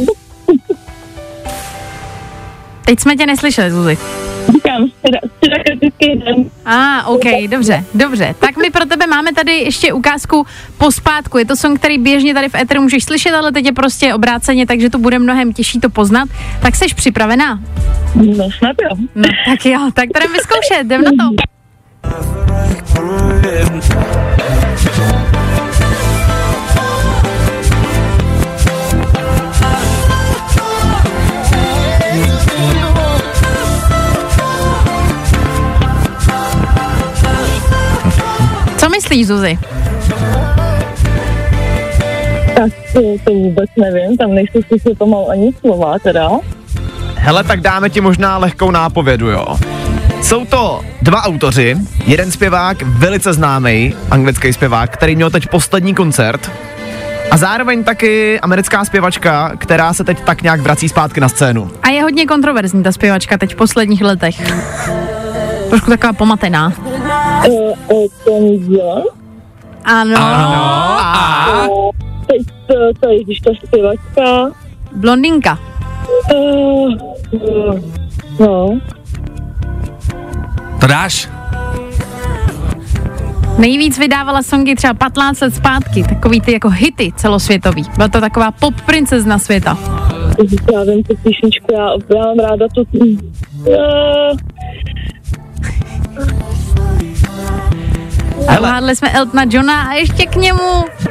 D: Teď jsme tě neslyšeli, Zuzi.
M: Říkám, středa kritický den.
D: OK, dobře. Tak my pro tebe máme tady ještě ukázku Pospátku. Je to song, který běžně tady v éteru můžeš slyšet, ale teď je prostě obráceně, takže to bude mnohem těžší to poznat. Tak seš připravená?
M: No, snad jo.
D: No, tak jo, tak to jdem vyzkoušet, jdem na to. Co myslíš, Zuzi?
M: Tak to vůbec nevím, tam nejsou slyšet pomalu ani slova teda.
E: Hele, tak dáme ti možná lehkou nápovědu, jo. Jsou to dva autoři, jeden zpěvák, velice známý, anglický zpěvák, který měl teď poslední koncert, a zároveň taky americká zpěvačka, která se teď tak nějak vrací zpátky na scénu.
D: A je hodně kontroverzní ta zpěvačka teď v posledních letech. Trošku taková pomatená. Ano.
C: A?
M: Teď to je, když ta zpěvačka.
D: Blondýnka.
M: No.
C: To dáš?
D: Nejvíc vydávala songy třeba 15 let zpátky, takový ty jako hity celosvětový. Byla to taková pop princezna světa.
M: Já vím tu píšničku, já mám ráda tu...
D: A uhádli jsme Eltona Johna a ještě k němu...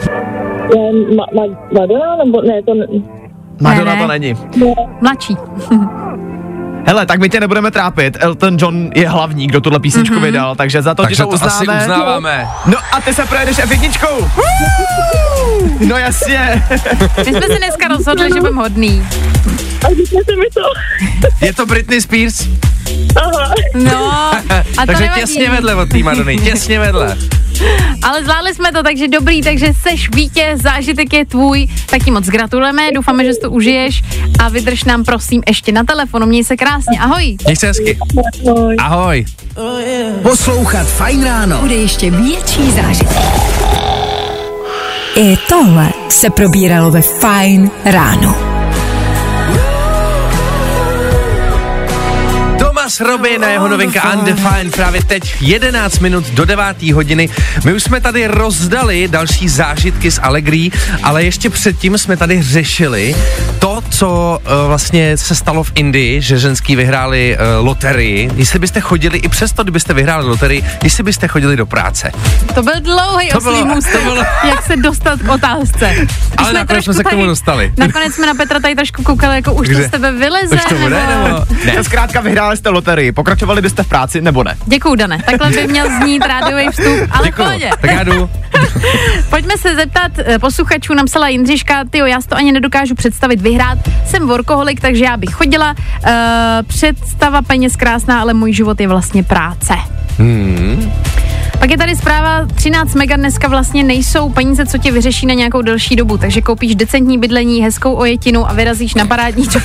M: Madonna, nebo ne, to...
E: Madonna to není.
D: Mladší.
E: Hele, tak my tě nebudeme trápit. Elton John je hlavní, kdo tuhle písničku vydal, takže za to ti to uznáme.
C: Asi uznáváme.
E: No a ty se projedeš F1. No jasně.
D: My jsme si dneska rozhodli, že budeme hodný.
M: A říkáte mi to.
C: Je to Britney Spears?
M: Aha.
D: No, a to
C: takže
D: nevadí.
C: těsně vedle od té Madony, těsně vedle.
D: Ale zvládli jsme to, takže dobrý, takže seš vítěz, zážitek je tvůj, tak ti moc gratulujeme, doufáme, že si to užiješ a vydrž nám prosím ještě na telefonu, měj se krásně, ahoj.
C: Měj se hezky. Ahoj.
K: Poslouchat Fajn ráno
A: bude ještě větší zážitek. I tohle se probíralo ve Fajn ráno.
C: Robin a jeho novinka Undefined právě teď 11 minut do 9. hodiny. My už jsme tady rozdali další zážitky z Allegrí, ale ještě předtím jsme tady řešili to, co vlastně se stalo v Indii, že ženský vyhráli loterii. Jestli byste chodili, i přesto, kdybyste vyhráli loterii, jestli byste chodili do práce.
D: To byl dlouhý oslý můstek, jak se dostat k otázce.
C: Ale nakonec jsme se k tomu dostali.
D: Nakonec jsme na Petra tady trošku koukali, jako už to z tebe vyleze,
C: už to bude, nebo?
E: Ne. Zkrátka vyhráli jste loterii. Pokračovali byste v práci, nebo ne?
D: Děkuju, Dane. Takhle by měl znít rádiový vstup, ale v pohodě.
C: Tak já jdu.
D: Pojďme se zeptat posluchačů, napsala Jindřiška, tyjo, já si to ani nedokážu představit vyhrát. Jsem workoholik, takže já bych chodila. Představa peněz krásná, ale můj život je vlastně práce. Pak je tady zpráva, 13 mega dneska vlastně nejsou peníze, co tě vyřeší na nějakou delší dobu, takže koupíš decentní bydlení, hezkou ojetinu a vyrazíš na parádní job.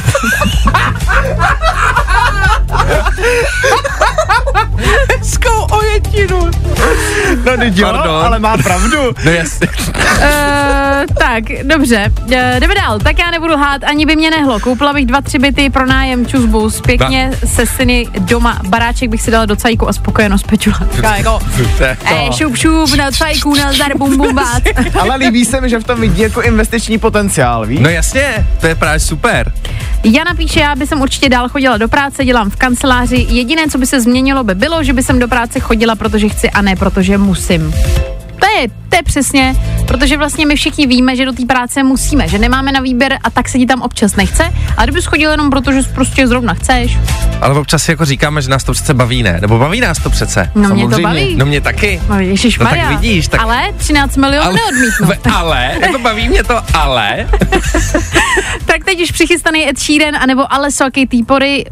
E: Hezkou ojetinu. No teď jo, ale má pravdu.
C: No jasně.
D: Tak, dobře, jdeme dál. Tak já nebudu lhát, ani by mě nehlo. Koupila bych 2-3 byty pro nájem, čusbus, pěkně se syny doma. Baráček bych si dala do cajku a spokojenost pečula. Jako, šup, na cajku, nazdar, bum, bum, bát.
E: Ale líbí se mi, že v tom vidí jako investiční potenciál, víš?
C: No jasně, to je právě super.
D: Jana píše, já bych určitě dál chodila do práce, dělám v kanceláři. Jediné, co by se změnilo, by bylo, že by jsem do práce chodila, protože chci a ne protože musím. To je přesně, protože vlastně my všichni víme, že do té práce musíme, že nemáme na výběr a tak se ti tam občas nechce. A kdybys chodil jenom proto, že prostě zrovna chceš.
C: Ale občas jako říkáme, že nás to přece baví, ne? Nebo baví nás to přece.
D: No mě to baví.
C: No mě taky.
D: No
C: tak vidíš. Tak...
D: Ale 13 milionů neodmítnu.
C: Ale, jako baví mě to, ale.
D: Tak teď už přichystaný Ed Sheeran, anebo Alesso, jaký tý pory.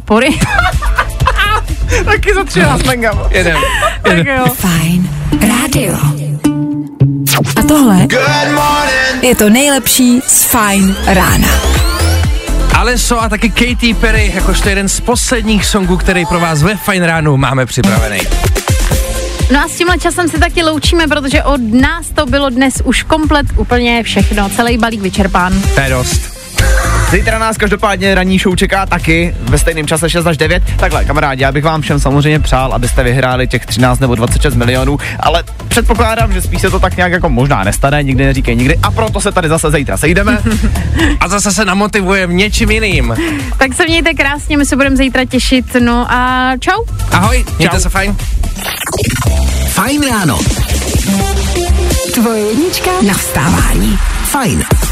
E: Taky za 13 mega.
C: Jedem.
A: Fajn rádio. A tohle je to nejlepší z Fajn rána.
C: Alesso a taky Katy Perry, jakožto jeden z posledních songů, který pro vás ve Fajn ránu máme připravený.
D: No a s tímhle časem se taky loučíme, protože od nás to bylo dnes už komplet úplně všechno, celý balík vyčerpán.
C: To je dost.
E: Zítra nás každopádně ranní show čeká taky ve stejném čase 6 až 9. Takhle, kamarádi, já bych vám všem samozřejmě přál, abyste vyhráli těch 13 nebo 26 milionů, ale předpokládám, že spíš se to tak nějak jako možná nestane, nikdy neříkej nikdy, a proto se tady zase zítra sejdeme.
C: A zase se namotivujeme něčím jiným.
D: Tak se mějte krásně, my se budeme zítra těšit, no a čau.
C: Ahoj, mějte se fajn.
K: Fajn ráno.
A: Tvoje jednička na vstávání.
K: Fajn.